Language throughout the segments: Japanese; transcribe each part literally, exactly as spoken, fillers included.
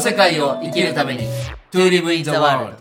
世界を生きるために To live in the world。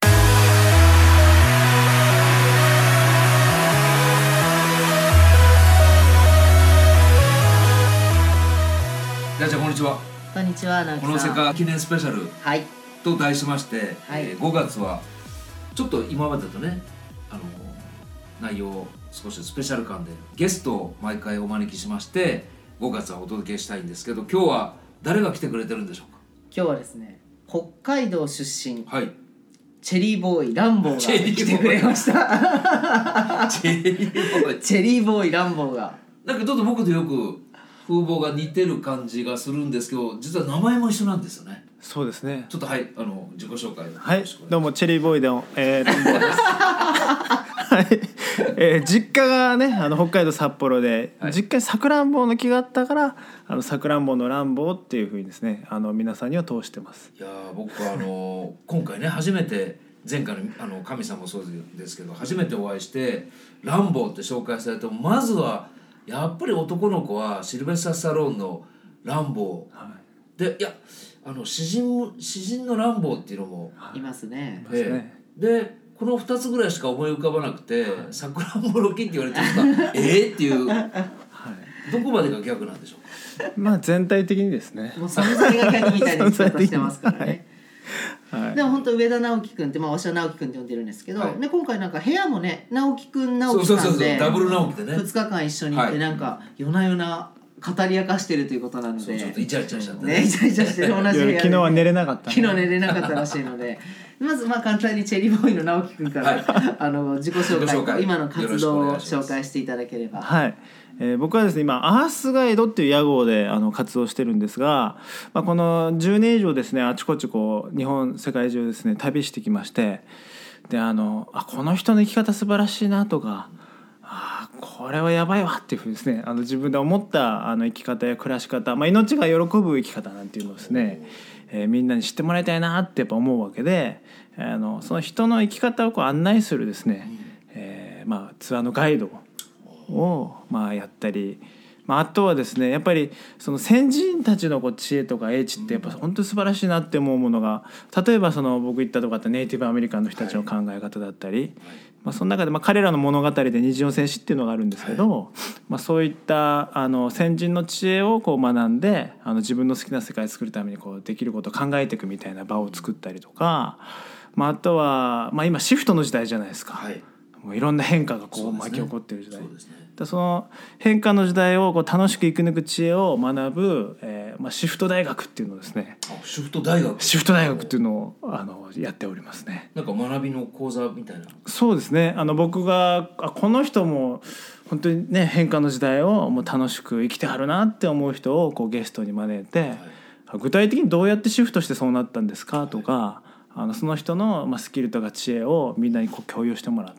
大ちゃんこんにちは。 こんにちは。直樹さん、 この世界記念スペシャルはいと題しまして、 はいえー、ごがつはちょっと今までとねあの内容少しスペシャル感でゲストを毎回お招きしましてごがつはお届けしたいんですけど、今日は誰が来てくれてるんでしょうか。 今日はですね、北海道出身、 はい、 チェリーボーイランボーが来てくれましたチェリーボーイチェリーボーイランボーがなんかちょっと僕とよく風貌が似てる感じがするんですけど、実は名前も一緒なんですよね。 そうですね。 ちょっとはい、あの自己紹介はい、どうもチェリーボーイで、えー、ランボーですはい、えー、実家がねあの北海道札幌で、はい、実家にさくらんぼの木があったからあのさくらんぼのランボーっていう風にですねあの皆さんには通してます。 いや僕はあの今回ね初めて前回のあの神さんもそうですけど初めてお会いしてランボーって紹介されてもまずはやっぱり男の子はシルベスター・スタローンのランボー、はい、でいやあの詩人詩人のランボーっていうのもいますね。 ええ、でこのふたつぐらいしか思い浮かばなくてさくらんぼの木って言われてるからええっていう、はい、どこまでが逆なんでしょうか。 まあ全体的にですね。 もう存在が逆みたいな言い方してますからね。 はい、 でも本当上田直樹くんって、まあ、私は直樹くんって呼んでるんですけど、はい、で今回なんか部屋もね直樹くん直樹さんでダブル直樹でねふつかかん一緒に行って、はい、なんか夜な夜な語り明かしてるということなので、 そうちょっとイチャイチャしちゃってね、イチャイチャしてる同じ部屋で、ね、 昨日は寝れなかった、ね、 昨日寝れなかったらしいのでまずまあ簡単にチェリーボーイの直樹くんから、はい、あの自己紹介と今の活動を紹介していただければ。 はい、えー、僕はですね今アースガイドっていう屋号であの活動してるんですが、まあ、このじゅうねん以上ですねあちこちこう日本世界中ですね旅してきまして、であのあこの人の生き方素晴らしいなとか、あこれはやばいわっていうふうにですねあの自分で思ったあの生き方や暮らし方、まあ、命が喜ぶ生き方なんていうのをですね、えー、みんなに知ってもらいたいなってやっぱ思うわけで、あのその人の生き方をこう案内するですね、えーまあ、ツアーのガイドをまあやったり、まあ、あとはですねやっぱりその先人たちのこう知恵とか英知ってやっぱ本当に素晴らしいなって思うものが、例えばその僕行ったとこあったネイティブアメリカンの人たちの考え方だったり、まあ、その中でまあ彼らの物語で虹の戦士っていうのがあるんですけど、まあ、そういったあの先人の知恵をこう学んであの自分の好きな世界を作るためにこうできることを考えていくみたいな場を作ったりとか、まあ、あとは、まあ、今シフトの時代じゃないですか、はい、もういろんな変化がこう巻き起こっている時代、 そうですね、そうですね。その変化の時代をこう楽しく生き抜く知恵を学ぶ、えーまあ、シフト大学っていうのをですね、 あシフト大学シフト大学っていうのをあのやっておりますね。 なんか学びの講座みたいな。 そうですね、あの僕があこの人も本当にね変化の時代をもう楽しく生きてはるなって思う人をこうゲストに招いて、はい、具体的にどうやってシフトしてそうなったんですかとか、はい、あのその人の、まあ、スキルとか知恵をみんなにこう共有してもらって、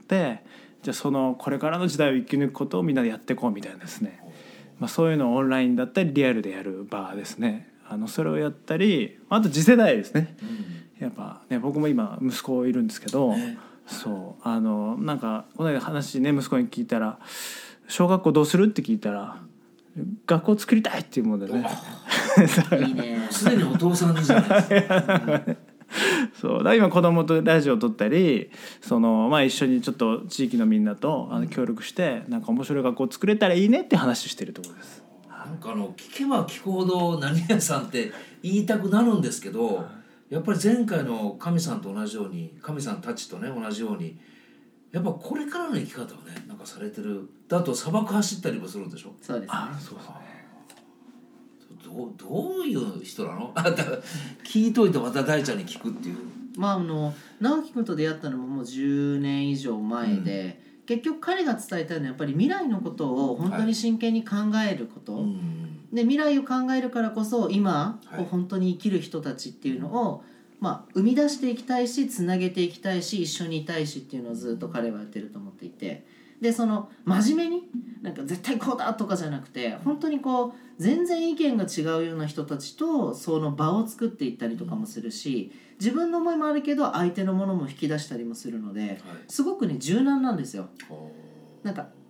じゃあそのこれからの時代を生き抜くことをみんなでやっていこうみたいなですね、まあ、そういうのをオンラインだったりリアルでやる場ですね、あのそれをやったり、あと次世代ですね、うん、やっぱね僕も今息子いるんですけど、ね、そうあのなんかこの間話ね息子に聞いたら小学校どうするって聞いたら学校作りたいっていうものでねいいねすでにお父さんじゃないですかそうだから今子供とラジオを撮ったりその、まあ、一緒にちょっと地域のみんなとあの協力してなんか面白い学校を作れたらいいねって話してるところです。 なんかあの聞けば聞くほど何々さんって言いたくなるんですけど、やっぱり前回の神さんと同じように神さんたちとね同じようにやっぱこれからの生き方をねなんかされてる。あと砂漠走ったりもするんでしょ。 そうですね。 あそうですね。 どう、どういう人なの？あだ聞いといてまた大ちゃんに聞くっていう。 まああの直樹君と出会ったのももうじゅうねん以上前で、うん、結局彼が伝えたいのはやっぱり未来のことを本当に真剣に考えること、はい、で未来を考えるからこそ今、はい、本当に生きる人たちっていうのを、まあ、生み出していきたいしつなげていきたいし一緒にいたいしっていうのをずっと彼はやってると思っていて、でその真面目になんか絶対こうだとかじゃなくて本当にこう全然意見が違うような人たちとその場を作っていったりとかもするし、自分の思いもあるけど相手のものも引き出したりもするので、すごくね柔軟なんですよ。なんか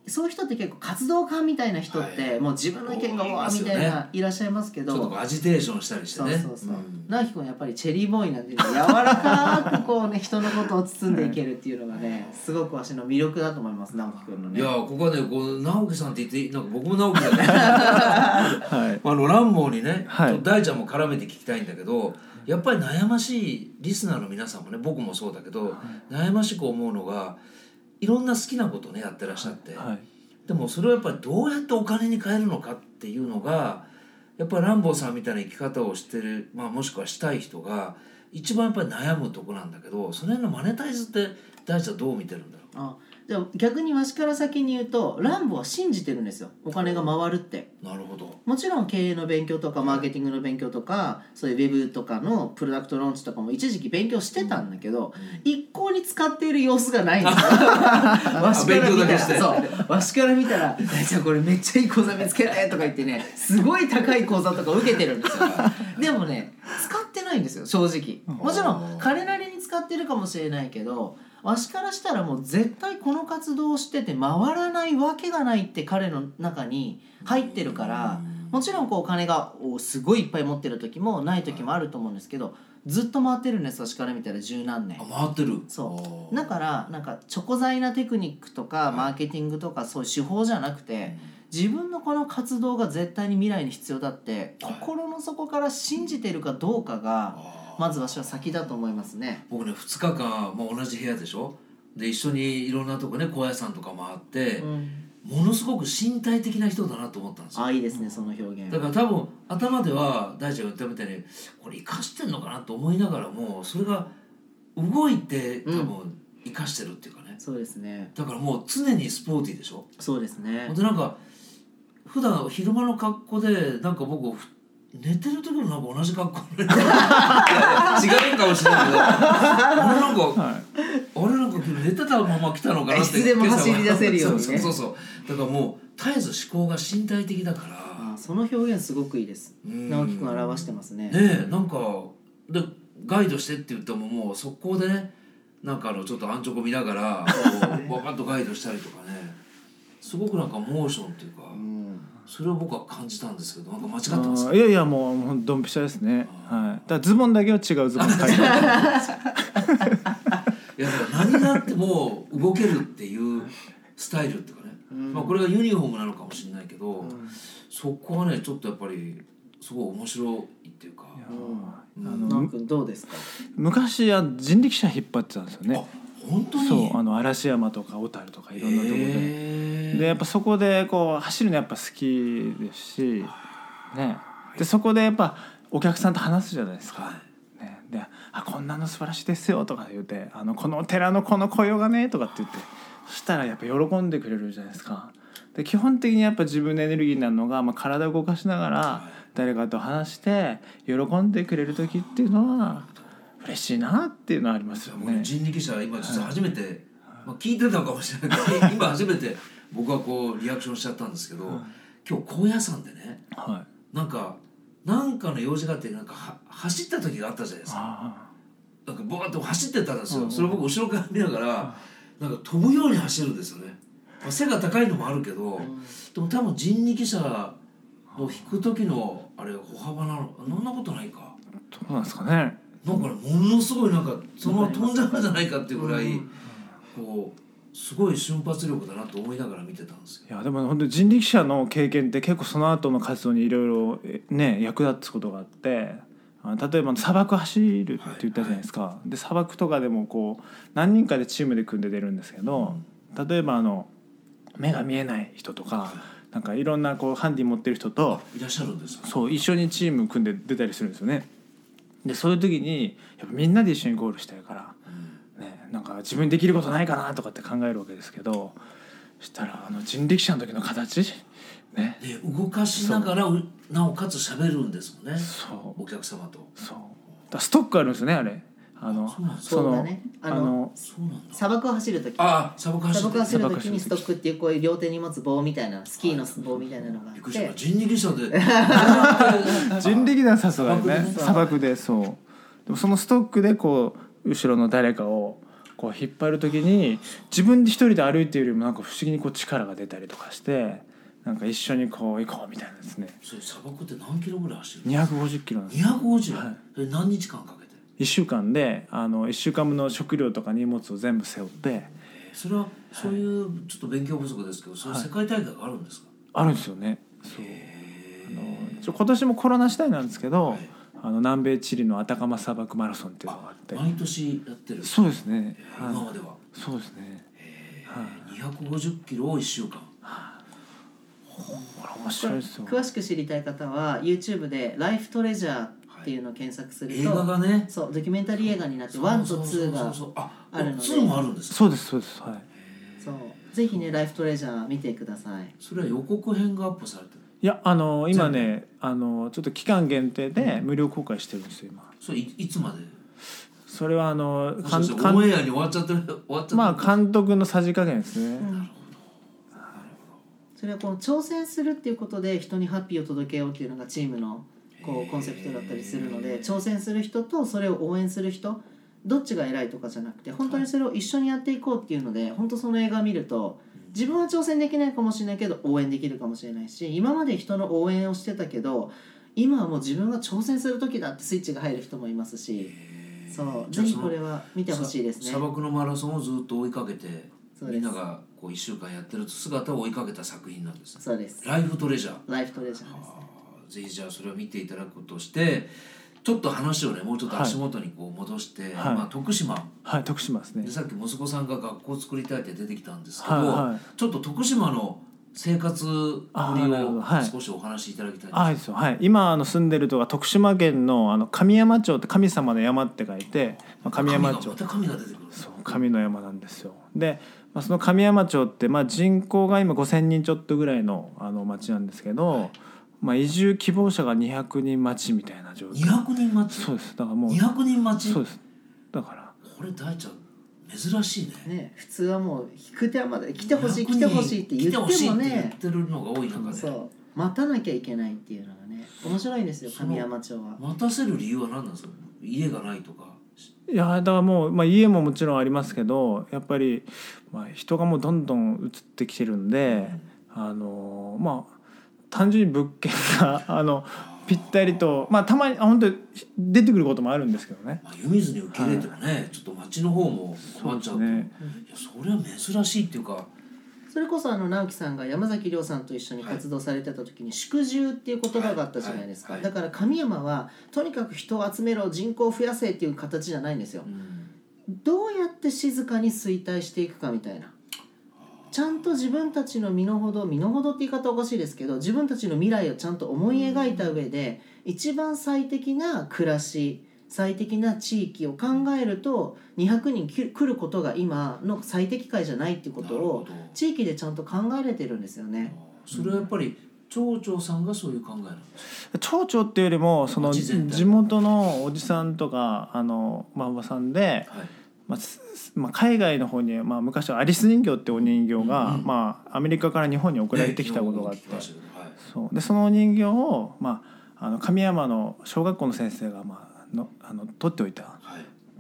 そういう人って結構活動家みたいな人って、はい、もう自分の意見がわーみたいな、ね、いらっしゃいますけど、 ちょっとアジテーションしたりしてね。 そうそうそう、うん、直樹君やっぱりチェリーボーイなんで、ね、柔らかくこうね人のことを包んでいけるっていうのがねすごく私の魅力だと思います、直樹君のね。 いやここはねこう直樹さんって言ってなんか僕も直樹だね、はい、あのランボーにね、はい、大ちゃんも絡めて聞きたいんだけど、やっぱり悩ましいリスナーの皆さんもね、僕もそうだけど、はい、悩ましく思うのがいろんな好きなことをねやってらっしゃって、はいはい、でもそれをやっぱりどうやってお金に変えるのかっていうのがやっぱりランボーさんみたいな生き方をしてる、まあ、もしくはしたい人が一番やっぱり悩むとこなんだけど、その辺のマネタイズって大地はどう見てるんだろう。 あ、じゃあ逆にわしから先に言うとランボーは信じてるんですよ、お金が回るって。 なるほど。 もちろん経営の勉強とかマーケティングの勉強とかそういうウェブとかのプロダクトローンチとかも一時期勉強してたんだけど、うん、一向に使っている様子がないんですよわしから見たらそうわしから見たら「大ちゃんこれめっちゃいい講座見つけたよ」とか言ってねすごい高い講座とか受けてるんですよでもね使ってないんですよ正直。もちろん彼なりに使ってるかもしれないけど、わしからしたらもう絶対この活動をしてて回らないわけがないって彼の中に入ってるから、もちろんこうお金がすごいいっぱい持ってる時もない時もあると思うんですけど、ずっと回ってるんです、わしから見たら十何年。 あ、回ってる。 そうだからなんかチョコ材なテクニックとかマーケティングとかそういう手法じゃなくて、自分のこの活動が絶対に未来に必要だって心の底から信じてるかどうかがまず私は先だと思いますね。 僕ねふつかかん、まあ、同じ部屋でしょ。で一緒にいろんなとこね高野山とか回って、うん、ものすごく身体的な人だなと思ったんですよ。 あ、いいですねその表現。 だから多分頭では大ちゃんが言ったみたいにこれ生かしてんのかなと思いながらも、それが動いて多分生かしてるっていうかね、うん、 そうですね。 だからもう常にスポーティーでしょ。 そうですね。 でなんか普段昼間の格好でなんか僕寝てる時もなんか同じ格好で違うかもしれないけどあれなんか、はい、あれなんか寝てたまま来たのかなって。いつでも走り出せるようにね。 そうそうそうだからもう絶えず思考が身体的だから。 あ、その表現すごくいいです。直樹君表してますね。 ねえ、なんかでガイドしてって言ってももう速攻でね、なんかあのちょっとアンチョコ見ながらわかっとガイドしたりとかね、すごくなんかモーションっていうか、うん、それを僕は感じたんですけど、なんか間違ってますか？ いやいやもうドンピシャですね。はい。だからズボンだけは違うズボン履いてる。いやだから何があっても動けるっていうスタイルっていうかね、うん、まあこれがユニフォームなのかもしれないけど、うん、そこはねちょっとやっぱりすごい面白いっていうか。 うん、あのなんかどうですか？ 昔は人力車引っ張ってたんですよね。 本当に？ そう、あの嵐山とか小樽とかいろんなところで、でやっぱそこでこう走るのやっぱ好きですし、ね、でそこでやっぱお客さんと話すじゃないですか。ね、で、あこんなの素晴らしいですよとか言って、あのこの寺のこの紅葉がねとかって言って、そしたらやっぱ喜んでくれるじゃないですか。で基本的にやっぱ自分のエネルギーになるのが、まあ、体を動かしながら誰かと話して喜んでくれる時っていうのは嬉しいなっていうのはありますよね。 人力車今実は初めて、はい、まあ、聞いてたかもしれないけど今初めて僕はこうリアクションしちゃったんですけど、はい、今日高野山でね、はい、なんかなんかの用事があってなんかは走った時があったじゃないですか。なんかボーッと走ってたんですよ、うん、それを僕後ろから見ながら、うん、なんか飛ぶように走るんですよね。背が高いのもあるけど、うん、でも多分人力車を引く時のあれ歩幅なの、そんなことないか。 どうなんですかね。 なんかものすごいなんかそのまま飛んじゃうんじゃないかっていうぐらい、うん、こうすごい瞬発力だなと思いながら見てたんですよ。 いやでも本当に人力車の経験って結構その後の活動にいろいろね役立つことがあって、例えば砂漠走るって言ったじゃないですか、はいはい、で砂漠とかでもこう何人かでチームで組んで出るんですけど、うん、例えばあの目が見えない人とか、はい、なんかいろんなこうハンディ持ってる人といらっしゃるんですか。 そう一緒にチーム組んで出たりするんですよね。でそういう時にやっぱみんなで一緒にゴールしたいから、うんね、なんか自分にできることないかなとかって考えるわけですけど、したらあの人力車の時の形、ね、 で動かしながらなおかつ喋るんですもんね。そうお客様と。 そうだストックあるんですよねあれ。あのそうだね。あの砂漠を走る時、 あ砂漠走る時に時にストックっていうこういう両手に持つ棒みたいなスキーの棒みたいなのがあって、 人力車で人力車さすがにね砂漠で、そうでもそのストックでこう後ろの誰かをこう引っ張る時に自分で一人で歩いているよりもなんか不思議にこう力が出たりとかしてなんか一緒にこう行こうみたいなですね。 それ砂漠って何キロぐらい走るの？ にひゃくごじゅっキロなんです。 にひゃくごじゅう、 はい、 それ何日間かけて？ いっしゅうかんであのいっしゅうかんぶんの食料とか荷物を全部背負って、 それはそういうちょっと勉強不足ですけど、そういう世界大会があるんですか？ あるんですよね。そうあのちょ今年もコロナ次第なんですけど、はい、あの南米チリのアタカマ砂漠マラソンっていうのがあって毎年やってる。 そうですね、 はい、今まではそうですね、 はい、にひゃくごじゅっキロをいっしゅうかん、 これ面白いですよ。 詳しく知りたい方は YouTube でライフトレジャーっていうのを検索すると、 映画がね、 そうドキュメンタリー映画になってワンとツーがあるので、 ツーもあるんですか？ そうですそうです、はい、 そうぜひねライフトレジャー見てください。 それは予告編がアップされてる？ いやあの今ねあのちょっと期間限定で無料公開してるんですよ今。 それ い, いつまで？ それはあのオンエアに終わっちゃってる終わっちゃってるまあ監督のさじ加減ですね、 うん、なるほど。それはこの挑戦するっていうことで人にハッピーを届けようっていうのがチームのこうコンセプトだったりするので、挑戦する人とそれを応援する人どっちが偉いとかじゃなくて本当にそれを一緒にやっていこうっていうので、本当その映画見ると自分は挑戦できないかもしれないけど応援できるかもしれないし、今まで人の応援をしてたけど今はもう自分が挑戦する時だってスイッチが入る人もいますし、そうぜひこれは見てほしいですね。 砂漠のマラソンをずっと追いかけてみんながこういっしゅうかんやってる姿を追いかけた作品なんです。 そうです。 ライフトレジャー。 ライフトレジャーです。 ぜひじゃあそれを見ていただくとしてちょっと話をねもうちょっと足元にこう戻して、はいまあ、徳島、 はい、徳島ですね。 でさっき息子さんが学校を作りたいって出てきたんですけど、 はいはい、 ちょっと徳島の生活ぶりを少しお話しいただきたいです。 はいですよ、はい、今あの住んでるとこは徳島県のあの神山町って神様の山って書いて、まあ、神山町、 また神が出てくる。 そう神の山なんですよ。で、まあ、その神山町って、まあ、人口が今ごせんにんちょっとぐらいのあの町なんですけど、はいまあ、移住希望者がにひゃくにん待ちみたいな状況。 にひゃくにん待ち？ そうです。だからもうにひゃくにん待ち？ そうです。だからこれ大ちゃん珍しいね。 ね普通はもう引く手まで来てほしい来てほしいって言ってもね、 来てほしいって言ってるのが多い中で、 そう待たなきゃいけないっていうのがね面白いんですよ神山町は。 待たせる理由は何なんですか？家がないとか？ いやだからもう、まあ、家ももちろんありますけどやっぱり、まあ、人がもうどんどん移ってきてるんで、うん、あのまあ単純に物件があのぴったりと、まあ、たまに本当に出てくることもあるんですけどね、 まあ、湯水に受け入れてもね、はい、ちょっと町の方も困っちゃうと、ね、いやそれは珍しいっていうか、 それこそあの直樹さんが山崎亮さんと一緒に活動されてた時に縮住っていう言葉があったじゃないですか、はいはいはい、だから神山はとにかく人を集めろ人口を増やせっていう形じゃないんですよ、うん、どうやって静かに衰退していくかみたいな、ちゃんと自分たちの身の程身の程って言い方おかしいですけど自分たちの未来をちゃんと思い描いた上で一番最適な暮らし最適な地域を考えるとにひゃくにん来ることが今の最適解じゃないっていうことを地域でちゃんと考えれてるんですよね。 それはやっぱり町長さんがそういう考えなんですか？ 町長っていうよりもその地元のおじさんとかあのまあおばさんで、はいまあまあ、海外の方に、まあ、昔はアリス人形ってお人形が、うんまあ、アメリカから日本に送られてきたことがあって、ねはい、そうでそのお人形を、まあ、あの神山の小学校の先生が、まあのあの取っておいた、はい、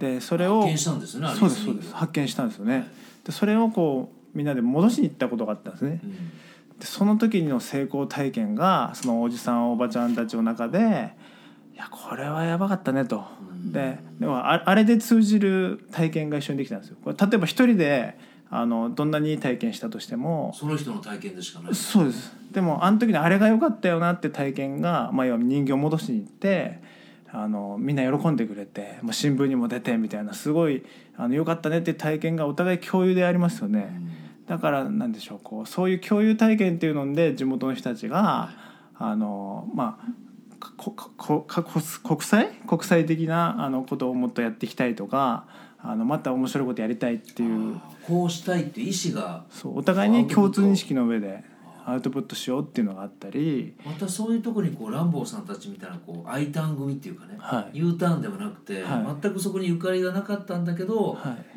でそれを発見したんですね。 そうですそうです発見したんですよね、はい、でそれをこうみんなで戻しに行ったことがあったんですね、うん、でその時の成功体験がそのおじさんおばちゃんたちの中でいやこれはやばかったねと、うん、ででもあれで通じる体験が一緒にできたんですよ。これ例えば一人であのどんなにいい体験したとしてもその人の体験でしかない。 そうです。でもあの時にあれが良かったよなって体験が、まあ、要は人形を戻しに行ってあのみんな喜んでくれて、まあ、新聞にも出てみたいなすごいあの良かったねっていう体験がお互い共有でありますよね、うん、だからなんでしょう、こうそういう共有体験っていうので地元の人たちがあのまあここ国際国際的なあのことをもっとやっていきたいとかあのまた面白いことやりたいっていうこうしたいっていう意思がそうお互いに共通認識の上でアウトプットしようっていうのがあったり、 またそういうところにこうランボーさんたちみたいなこう I ターン組っていうかね、はい、U ターンではなくて、はい、全くそこにゆかりがなかったんだけど、はい、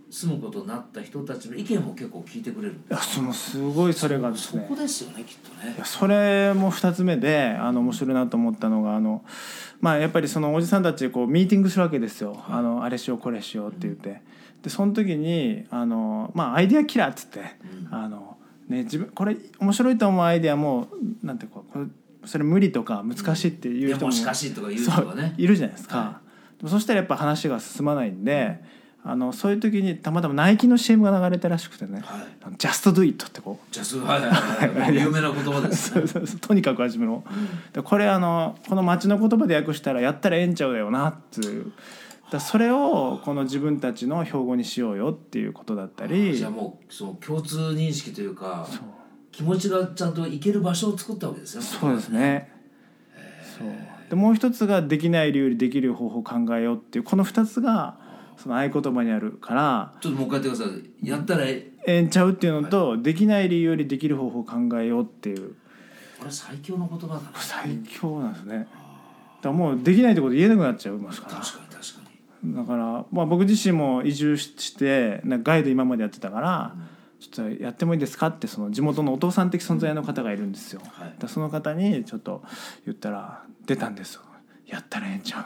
住むことになった人たちの意見も結構聞いてくれるんです。 いやそのすごいそれがですね、 そこですよねきっとね。 いやそれもふたつめであの面白いなと思ったのがあの、まあ、やっぱりそのおじさんたちこうミーティングするわけですよ、はい、あのあれしようこれしようって言って、でその時にあの、まあ、アイデアキラーっつって、うんあのね、自分これ面白いと思うアイデアもなんてこうこれそれ無理とか難しいっていう人も、 うん、いやもうしかしとか言う人がねいるじゃないですか、 はい、 でもそしたらやっぱ話が進まないんで、あのそういう時にたまたまナイキの シーエム が流れたらしくてね、 はい、 Just do it ってこうジャストはいはいはい有名な言葉ですねそうそうとにかく始めろ、うん、でこれあのこの街の言葉で訳したらやったらええんちゃうだよなっていうだそれをこの自分たちの標語にしようよっていうことだったり、 じゃあもうその共通認識というか気持ちがちゃんと行ける場所を作ったわけですよ。 そうですね。そうでもう一つができない理由よりできる方法を考えようっていうこの二つがその合言葉にあるから、 ちょっともう一回言ってください。やったらええんちゃうっていうのと、はい、できない理由よりできる方法を考えようっていう、 これ最強の言葉だな。 最強なんですね。だからもうできないってこと言えなくなっちゃいますから。 確かに確かに。 だから、まあ、僕自身も移住してなんかガイド今までやってたから、うん、ちょっとやってもいいですかってその地元のお父さん的存在の方がいるんですよ、はい、だその方にちょっと言ったら出たんですよ。やったらええんちゃう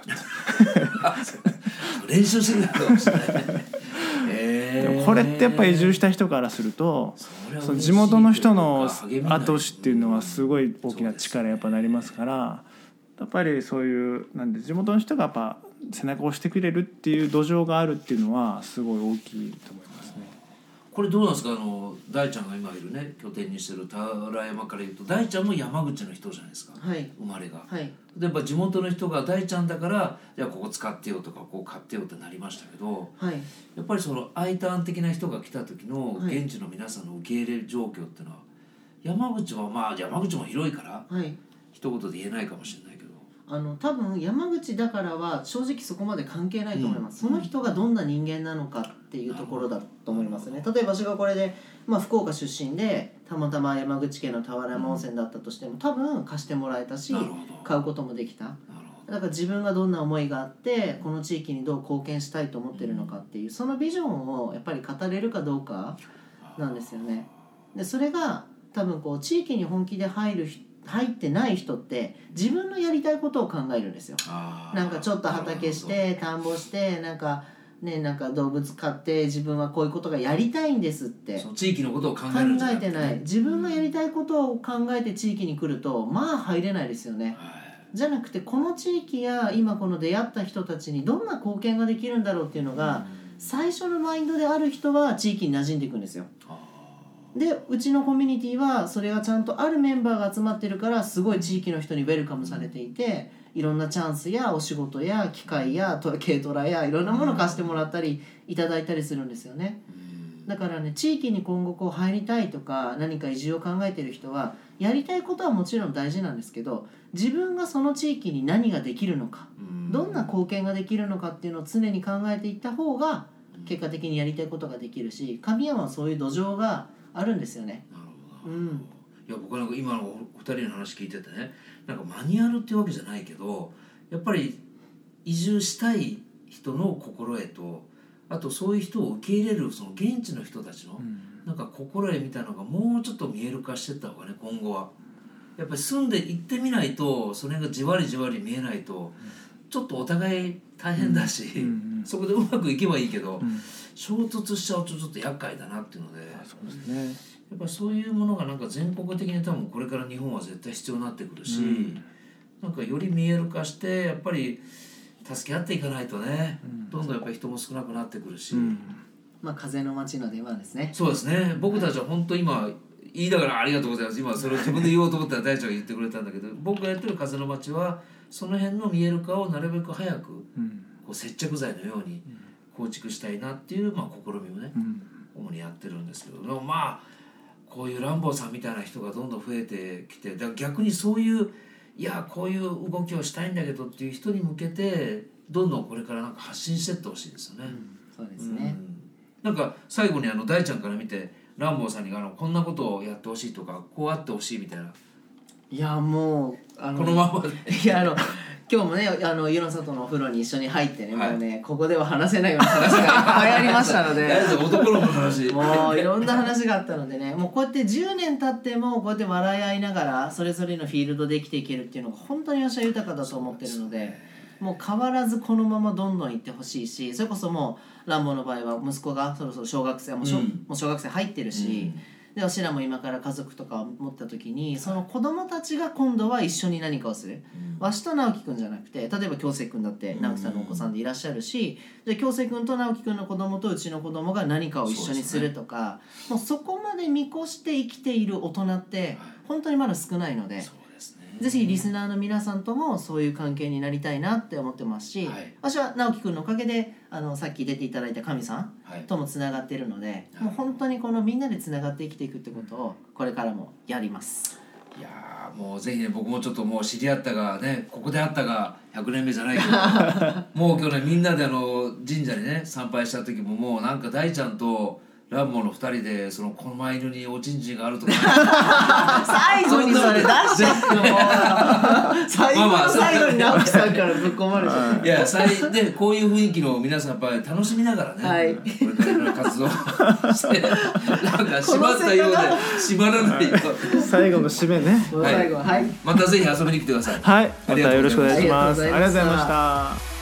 練習してるかもしれない、えー、 でもこれってやっぱり移住した人からするとその地元の人の後押しっていうのはすごい大きな力やっぱなりますから、やっぱりそういうなんで地元の人がやっぱ背中を押してくれるっていう土壌があるっていうのはすごい大きいと思いますね。 これどうなんですか、あの大ちゃんが今いるね拠点にしてる俵山から言うと大ちゃんも山口の人じゃないですか、 はい、 生まれが、 はい、 でやっぱ地元の人が大ちゃんだからじゃあここ使ってよとかここ買ってよってなりましたけど、 はい、 やっぱりその I ターン的な人が来た時の現地の皆さんの受け入れ状況っていうのは、山口はまあ山口も広いから、 はい、 一言で言えないかもしれないけど、 あの多分山口だからは正直そこまで関係ないと思います、うん、その人がどんな人間なのかっていうところだと思いますね。例えば私がこれで、まあ、福岡出身でたまたま山口県の俵山温泉だったとしても多分貸してもらえたし買うこともできた。だから自分がどんな思いがあってこの地域にどう貢献したいと思ってるのかっていうそのビジョンをやっぱり語れるかどうかなんですよね。でそれが多分こう地域に本気で入る人入ってない人って自分のやりたいことを考えるんですよ。なんかちょっと畑して田んぼしてなんかねなんか動物飼って自分はこういうことがやりたいんですってその地域のことを考えるんじゃなくて、 考えてない。自分のやりたいことを考えて地域に来るとまあ入れないですよね、はい、じゃなくてこの地域や今この出会った人たちにどんな貢献ができるんだろうっていうのが最初のマインドである人は地域に馴染んでいくんですよ。でうちのコミュニティはそれがちゃんとあるメンバーが集まってるからすごい地域の人にウェルカムされていていろんなチャンスやお仕事や機会や軽トラやいろんなものを貸してもらったりいただいたりするんですよね。だからね地域に今後こう入りたいとか何か移住を考えている人はやりたいことはもちろん大事なんですけど自分がその地域に何ができるのかどんな貢献ができるのかっていうのを常に考えていった方が結果的にやりたいことができるし神山はそういう土壌があるんですよね。 なるほど、うん、いや僕なんか今のお二人の話聞いててねなんかマニュアルっていうわけじゃないけどやっぱり移住したい人の心得とあとそういう人を受け入れるその現地の人たちのなんか心得みたいなのがもうちょっと見える化していった方がね今後はやっぱり住んで行ってみないとそれがじわりじわり見えないとちょっとお互い大変だし、うんうんうん、そこでうまくいけばいいけど、うん、衝突しちゃうとちょっと厄介だなっていうので、 そうですね、 やっぱりそういうものがなんか全国的に多分これから日本は絶対必要になってくるし、うん、なんかより見える化してやっぱり助け合っていかないとね、うん、どんどんやっぱり人も少なくなってくるし、うん、 まあ風の街の出番ですね。 そうですね。僕たちは本当今言いながらありがとうございます。今それを自分で言おうと思ったら大ちゃんが言ってくれたんだけど僕がやってる風の街はその辺の見える化をなるべく早く、うん、こう接着剤のように構築したいなっていう、まあ、試みをね、うん、主にやってるんですけどでもまあこういうランボーさんみたいな人がどんどん増えてきてだから逆にそういういやこういう動きをしたいんだけどっていう人に向けてどんどんこれからなんか発信していってほしいですよね、うん、 そうですね、 うん、なんか最後にあの大ちゃんから見てランボーさんにあのこんなことをやってほしいとかこうあってほしいみたいな。 いやもうあのこのままでいやあの今日もねあの湯の里のお風呂に一緒に入ってね、 はい、 もうねここでは話せないような話がいっぱいありましたので大丈夫男の子の話もういろんな話があったのでねもうこうやってじゅうねん経ってもこうやって笑い合いながらそれぞれのフィールドで生きていけるっていうのが本当に私は豊かだと思ってるのでもう変わらずこのままどんどん行ってほしいしそれこそもうランボーの場合は息子がそろそろ小学生もう小、うん、もう小学生入ってるし、うんでわしらも今から家族とかを持った時にその子供たちが今度は一緒に何かをする、うん、わしと直樹くんじゃなくて例えば京成くんだって直樹さんのお子さんでいらっしゃるしで京成くんと直樹くんの子供とうちの子供が何かを一緒にするとか そ,、ね、もうそこまで見越して生きている大人って本当にまだ少ないので、はいぜひリスナーの皆さんともそういう関係になりたいなって思ってますし、はい、私は直樹くんのおかげであのさっき出ていただいた神さんともつながっているので、はい、もう本当にこのみんなでつながって生きていくってことをこれからもやります。 いやもうぜひね僕もちょっともう知り合ったがねここで会ったがひゃくねんめじゃないけどもう今日ねみんなであの神社にね参拝した時ももうなんか大ちゃんとランボーのふたりでその狛犬におちんちんがあるとか最後にそれ出しちゃっても最後の最後に直樹さんからぶっ込まれちゃういや最でこういう雰囲気の皆さんやっぱり楽しみながらね、はい、これからいろんな活動してなんか閉まったようで閉まらないよ最後の締めね、 はい、最後はいまたぜひ遊びに来てください。 はいまたよろしくお願いします。ありがとうございました。